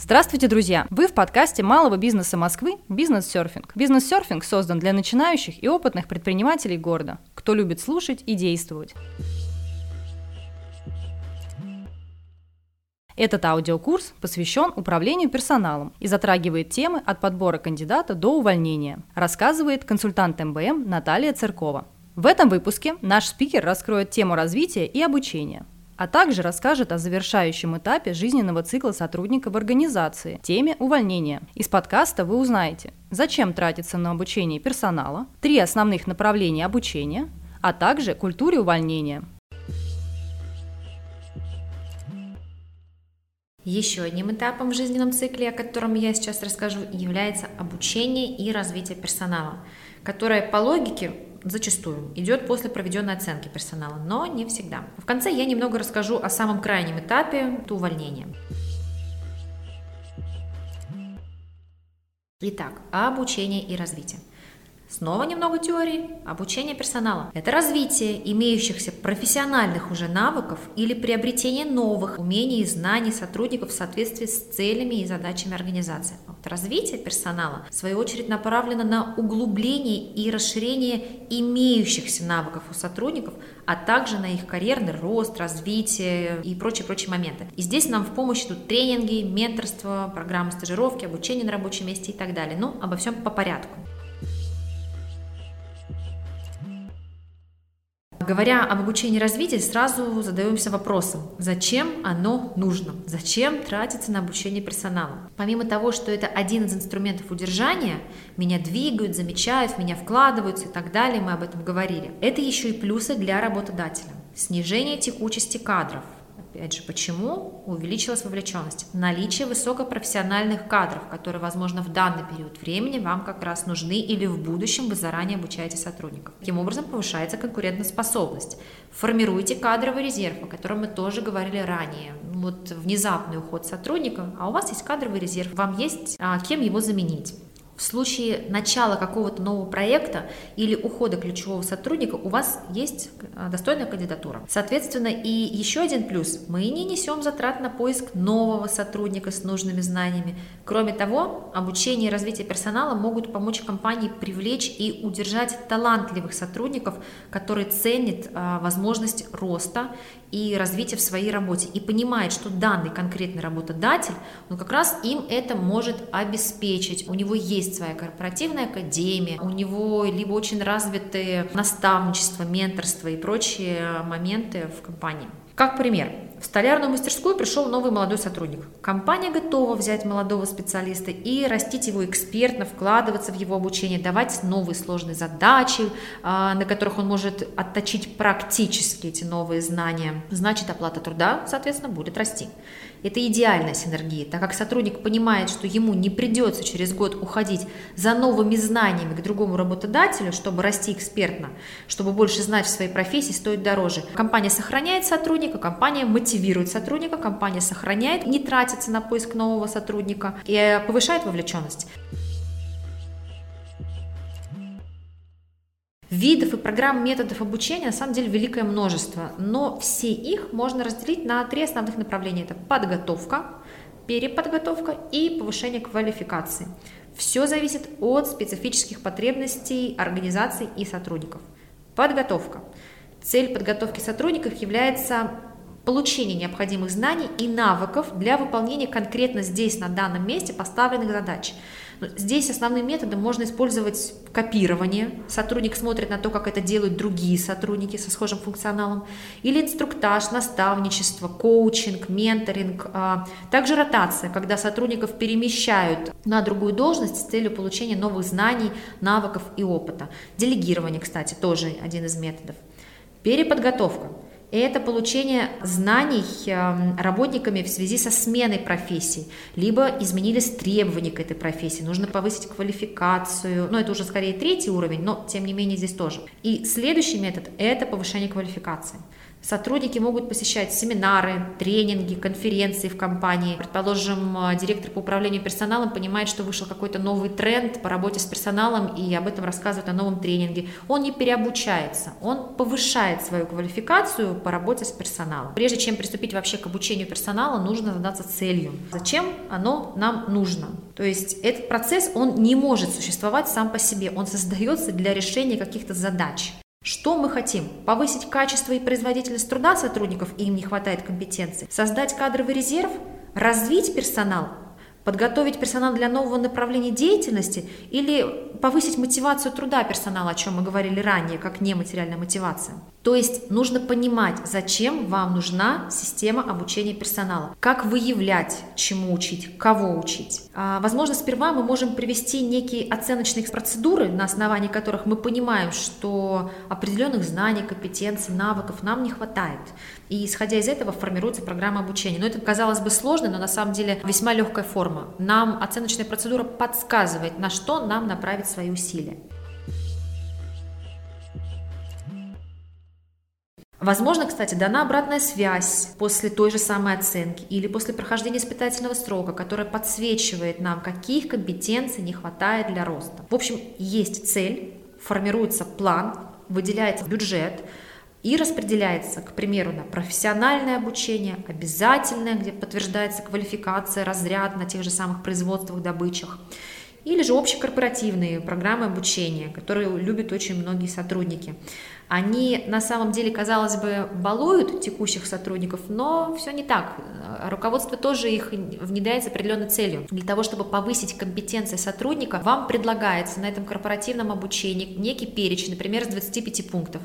Здравствуйте, друзья! Вы в подкасте малого бизнеса Москвы «Бизнес-серфинг». «Бизнес-серфинг» создан для начинающих и опытных предпринимателей города, кто любит слушать и действовать. Этот аудиокурс посвящен управлению персоналом и затрагивает темы от подбора кандидата до увольнения, рассказывает консультант МБМ Наталья Церкова. В этом выпуске наш спикер раскроет тему развития и обучения, а также расскажет о завершающем этапе жизненного цикла сотрудника в организации, теме увольнения. Из подкаста вы узнаете, зачем тратиться на обучение персонала, 3 основных направления обучения, а также культуре увольнения. Еще одним этапом в жизненном цикле, о котором я сейчас расскажу, является обучение и развитие персонала, которое по логике зачастую идет после проведенной оценки персонала, но не всегда. В конце я немного расскажу о самом крайнем этапе – увольнения. Итак, обучение и развитие. Снова немного теории. Обучение персонала. Это развитие имеющихся профессиональных уже навыков или приобретение новых умений и знаний сотрудников в соответствии с целями и задачами организации. А вот развитие персонала, в свою очередь, направлено на углубление и расширение имеющихся навыков у сотрудников, а также на их карьерный рост, развитие и прочие моменты. И здесь нам в помощь идут тренинги, менторство, программы стажировки, обучение на рабочем месте и так далее. Но обо всем по порядку. Говоря об обучении и развитии, сразу задаемся вопросом, зачем оно нужно? Зачем тратиться на обучение персонала? Помимо того, что это один из инструментов удержания, меня двигают, замечают, в меня вкладываются и так далее, мы об этом говорили. Это еще и плюсы для работодателя. Снижение текучести кадров. Опять же, почему увеличилась вовлеченность? Наличие высокопрофессиональных кадров, которые, возможно, в данный период времени вам как раз нужны или в будущем вы заранее обучаете сотрудников. Таким образом, повышается конкурентоспособность. Формируете кадровый резерв, о котором мы тоже говорили ранее. Вот внезапный уход сотрудника, а у вас есть кадровый резерв, вам есть кем его заменить. В случае начала какого-то нового проекта или ухода ключевого сотрудника у вас есть достойная кандидатура. Соответственно, и еще один плюс – мы не несем затрат на поиск нового сотрудника с нужными знаниями. Кроме того, обучение и развитие персонала могут помочь компании привлечь и удержать талантливых сотрудников, которые ценят возможность роста и развития в своей работе и понимает, что данный конкретный работодатель, он как раз им это может обеспечить. У него есть своя корпоративная академия, у него либо очень развитые наставничество, менторство и прочие моменты в компании. Как пример, в столярную мастерскую пришел новый молодой сотрудник. Компания готова взять молодого специалиста и растить его экспертно, вкладываться в его обучение, давать новые сложные задачи, на которых он может отточить практически эти новые знания. Значит, оплата труда, соответственно, будет расти. Это идеальная синергия, так как сотрудник понимает, что ему не придется через год уходить за новыми знаниями к другому работодателю, чтобы расти экспертно, чтобы больше знать в своей профессии, стоит дороже. Компания сохраняет сотрудника, компания мотивирует сотрудника, компания сохраняет, не тратится на поиск нового сотрудника и повышает вовлеченность. Видов и программ, методов обучения на самом деле великое множество, но все их можно разделить на 3 основных направления. Это подготовка, переподготовка и повышение квалификации. Все зависит от специфических потребностей организаций и сотрудников. Подготовка. Цель подготовки сотрудников является получение необходимых знаний и навыков для выполнения конкретно здесь, на данном месте поставленных задач. Здесь основным методом можно использовать копирование. Сотрудник смотрит на то, как это делают другие сотрудники со схожим функционалом. Или инструктаж, наставничество, коучинг, менторинг. Также ротация, когда сотрудников перемещают на другую должность с целью получения новых знаний, навыков и опыта. Делегирование, кстати, тоже один из методов. Переподготовка. Это получение знаний работниками в связи со сменой профессий, либо изменились требования к этой профессии, нужно повысить квалификацию, это уже скорее 3-й уровень, но тем не менее здесь тоже. И следующий метод – это повышение квалификации. Сотрудники могут посещать семинары, тренинги, конференции в компании. Предположим, директор по управлению персоналом понимает, что вышел какой-то новый тренд по работе с персоналом и об этом рассказывает о новом тренинге. Он не переобучается, он повышает свою квалификацию по работе с персоналом. Прежде чем приступить вообще к обучению персонала, нужно задаться целью. Зачем оно нам нужно? То есть этот процесс, он не может существовать сам по себе, он создается для решения каких-то задач. Что мы хотим? Повысить качество и производительность труда сотрудников, и им не хватает компетенций? Создать кадровый резерв? Развить персонал? Подготовить персонал для нового направления деятельности? Или повысить мотивацию труда персонала, о чем мы говорили ранее, как нематериальная мотивация? То есть нужно понимать, зачем вам нужна система обучения персонала, как выявлять, чему учить, кого учить. Возможно, сперва мы можем привести некие оценочные процедуры, на основании которых мы понимаем, что определенных знаний, компетенций, навыков нам не хватает. И исходя из этого формируется программа обучения. Но это, казалось бы, сложно, но на самом деле весьма легкая форма. Нам оценочная процедура подсказывает, на что нам направить свои усилия. Возможно, кстати, дана обратная связь после той же самой оценки или после прохождения испытательного срока, которая подсвечивает нам, каких компетенций не хватает для роста. В общем, есть цель, формируется план, выделяется бюджет и распределяется, к примеру, на профессиональное обучение, обязательное, где подтверждается квалификация, разряд на тех же самых производствах, добычах, или же общекорпоративные программы обучения, которые любят очень многие сотрудники. Они на самом деле, казалось бы, балуют текущих сотрудников, но все не так. Руководство тоже их внедряет с определенной целью. Для того, чтобы повысить компетенции сотрудника, вам предлагается на этом корпоративном обучении некий перечень, например, из 25 пунктов.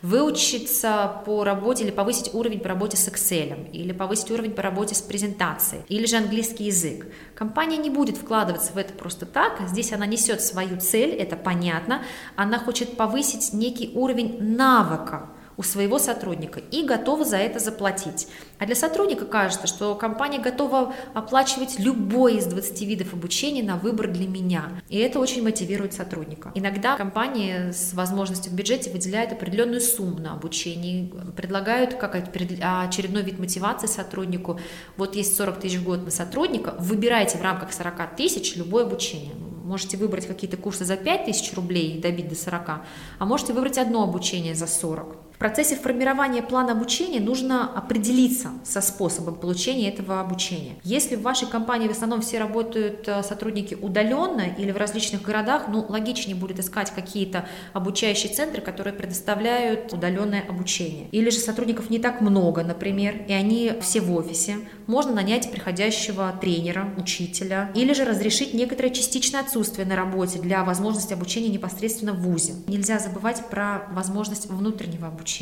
Выучиться по работе или повысить уровень по работе с Excel, или повысить уровень по работе с презентацией, или же английский язык. Компания не будет вкладываться в это просто так. Здесь она несет свою цель, это понятно. Она хочет повысить некий уровень навыка у своего сотрудника и готова за это заплатить. А для сотрудника кажется, что компания готова оплачивать любой из 20 видов обучения на выбор для меня. И это очень мотивирует сотрудника. Иногда компании с возможностью в бюджете выделяют определенную сумму на обучение, предлагают как очередной вид мотивации сотруднику. Вот есть 40 тысяч в год на сотрудника, выбирайте в рамках 40 тысяч любое обучение. Можете выбрать какие-то курсы за 5 тысяч рублей и добить до 40, а можете выбрать одно обучение за 40. В процессе формирования плана обучения нужно определиться со способом получения этого обучения. Если в вашей компании в основном все работают сотрудники удаленно или в различных городах, логичнее будет искать какие-то обучающие центры, которые предоставляют удаленное обучение. Или же сотрудников не так много, например, и они все в офисе. Можно нанять приходящего тренера, учителя, или же разрешить некоторое частичное отсутствие на работе для возможности обучения непосредственно в вузе. Нельзя забывать про возможность внутреннего обучения.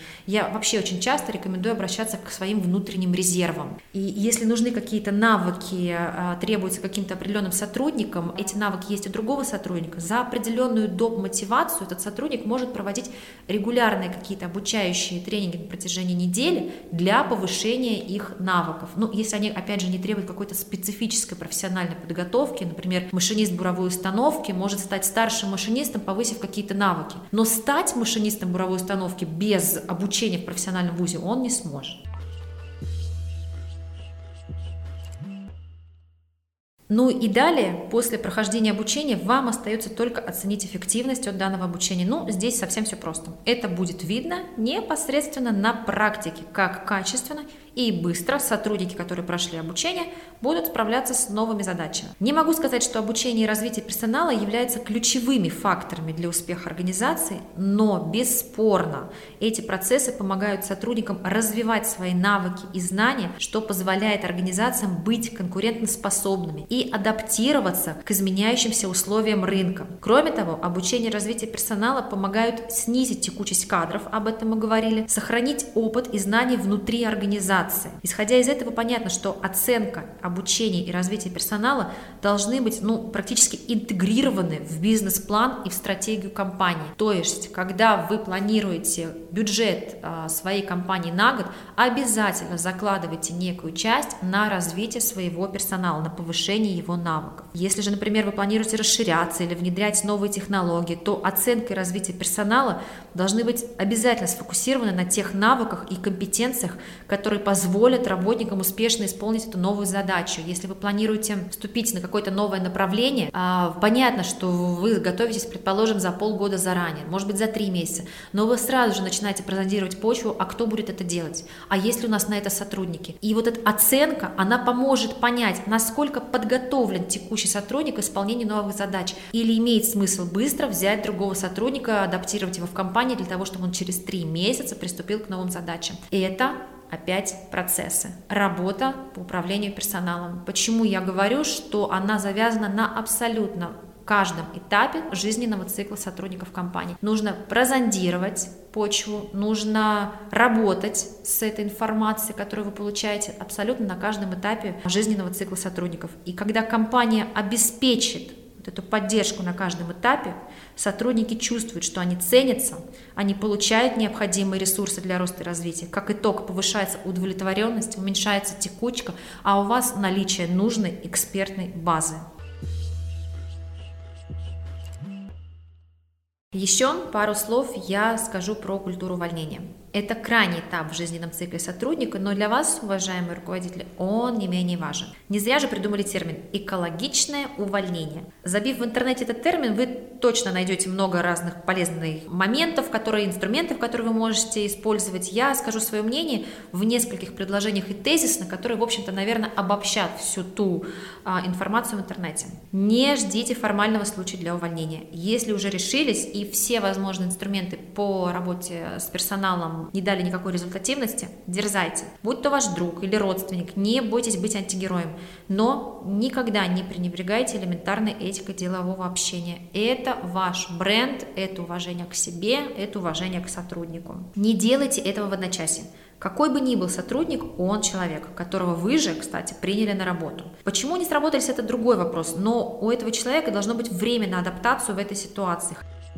Я вообще очень часто рекомендую обращаться к своим внутренним резервам. И если нужны какие-то навыки, требуются каким-то определенным сотрудникам, эти навыки есть у другого сотрудника, за определенную доп. Мотивацию этот сотрудник может проводить регулярные какие-то обучающие тренинги на протяжении недели для повышения их навыков. Если они, опять же, не требуют какой-то специфической профессиональной подготовки, например, машинист буровой установки может стать старшим машинистом, повысив какие-то навыки. Но стать машинистом буровой установки без обучения в профессиональном вузе он не сможет. И далее, после прохождения обучения, вам остается только оценить эффективность от данного обучения. Здесь совсем все просто. Это будет видно непосредственно на практике, как качественно и быстро сотрудники, которые прошли обучение, будут справляться с новыми задачами. Не могу сказать, что обучение и развитие персонала являются ключевыми факторами для успеха организации, но бесспорно эти процессы помогают сотрудникам развивать свои навыки и знания, что позволяет организациям быть конкурентоспособными и адаптироваться к изменяющимся условиям рынка. Кроме того, обучение и развитие персонала помогают снизить текучесть кадров, об этом мы говорили, сохранить опыт и знания внутри организации, организации. Исходя из этого, понятно, что оценка, обучение и развитие персонала должны быть практически интегрированы в бизнес-план и в стратегию компании. То есть, когда вы планируете бюджет своей компании на год, обязательно закладывайте некую часть на развитие своего персонала, на повышение его навыков. Если же, например, вы планируете расширяться или внедрять новые технологии, то оценка и развитие персонала должны быть обязательно сфокусированы на тех навыках и компетенциях, которые позволят работникам успешно исполнить эту новую задачу. Если вы планируете вступить на какое-то новое направление, понятно, что вы готовитесь, предположим, за полгода заранее, может быть, за 3 месяца, но вы сразу же начинаете прозондировать почву, а кто будет это делать, а есть ли у нас на это сотрудники. И вот эта оценка, она поможет понять, насколько подготовлен текущий сотрудник к исполнению новых задач, или имеет смысл быстро взять другого сотрудника, адаптировать его в компании для того, чтобы он через 3 месяца приступил к новым задачам. И это опять процессы. Работа по управлению персоналом. Почему я говорю, что она завязана на абсолютно каждом этапе жизненного цикла сотрудников компании. Нужно прозондировать почву, нужно работать с этой информацией, которую вы получаете абсолютно на каждом этапе жизненного цикла сотрудников. И когда компания обеспечит эту поддержку на каждом этапе, сотрудники чувствуют, что они ценятся, они получают необходимые ресурсы для роста и развития. Как итог, повышается удовлетворенность, уменьшается текучка, а у вас наличие нужной экспертной базы. Еще пару слов я скажу про культуру увольнения. Это крайний этап в жизненном цикле сотрудника, но для вас, уважаемые руководители, он не менее важен. Не зря же придумали термин «экологичное увольнение». Забив в интернете этот термин, вы точно найдете много разных полезных моментов, инструментов, которые вы можете использовать. Я скажу свое мнение в нескольких предложениях и тезисно, которые, в общем-то, наверное, обобщат всю ту информацию в интернете. Не ждите формального случая для увольнения. Если уже решились и все возможные инструменты по работе с персоналом не дали никакой результативности, дерзайте. Будь то ваш друг или родственник, не бойтесь быть антигероем, но никогда не пренебрегайте элементарной этикой делового общения. Это ваш бренд, это уважение к себе, это уважение к сотруднику. Не делайте этого в одночасье. Какой бы ни был сотрудник, он человек, которого вы же, кстати, приняли на работу. Почему не сработались, это другой вопрос, но у этого человека должно быть время на адаптацию в этой ситуации.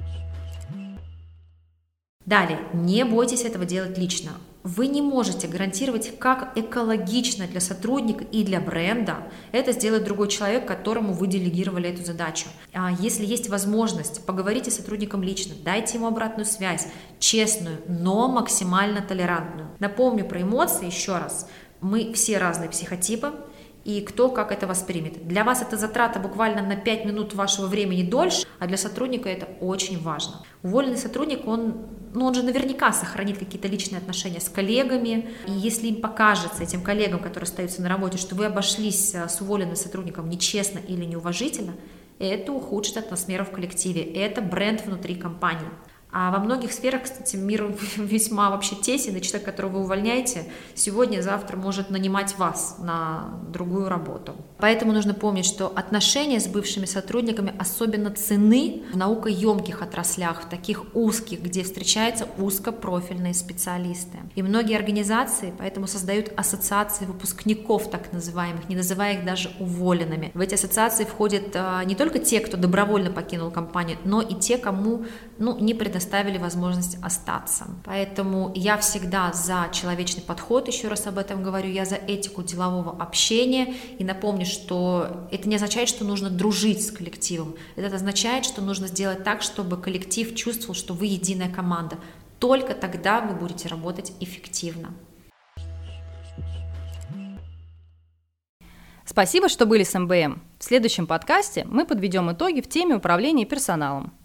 Далее, не бойтесь этого делать лично. Вы не можете гарантировать, как экологично для сотрудника и для бренда это сделает другой человек, которому вы делегировали эту задачу. Если есть возможность, поговорите с сотрудником лично, дайте ему обратную связь, честную, но максимально толерантную. Напомню про эмоции еще раз. Мы все разные психотипы, и кто как это воспримет. Для вас это затрата буквально на 5 минут вашего времени дольше, а для сотрудника это очень важно. Уволенный сотрудник, он же наверняка сохранит какие-то личные отношения с коллегами, и если им покажется, этим коллегам, которые остаются на работе, что вы обошлись с уволенным сотрудником нечестно или неуважительно, это ухудшит атмосферу в коллективе, это бренд внутри компании. А во многих сферах, кстати, мир весьма вообще тесен, и человек, которого вы увольняете, сегодня-завтра может нанимать вас на другую работу. Поэтому нужно помнить, что отношения с бывшими сотрудниками особенно ценны в наукоемких отраслях, в таких узких, где встречаются узкопрофильные специалисты. И многие организации поэтому создают ассоциации выпускников, так называемых, не называя их даже уволенными. В эти ассоциации входят не только те, кто добровольно покинул компанию, но и те, кому не предоставили возможность остаться. Поэтому я всегда за человечный подход, еще раз об этом говорю, я за этику делового общения. И напомню, что это не означает, что нужно дружить с коллективом. Это означает, что нужно сделать так, чтобы коллектив чувствовал, что вы единая команда. Только тогда вы будете работать эффективно. Спасибо, что были с МБМ. В следующем подкасте мы подведем итоги в теме управления персоналом.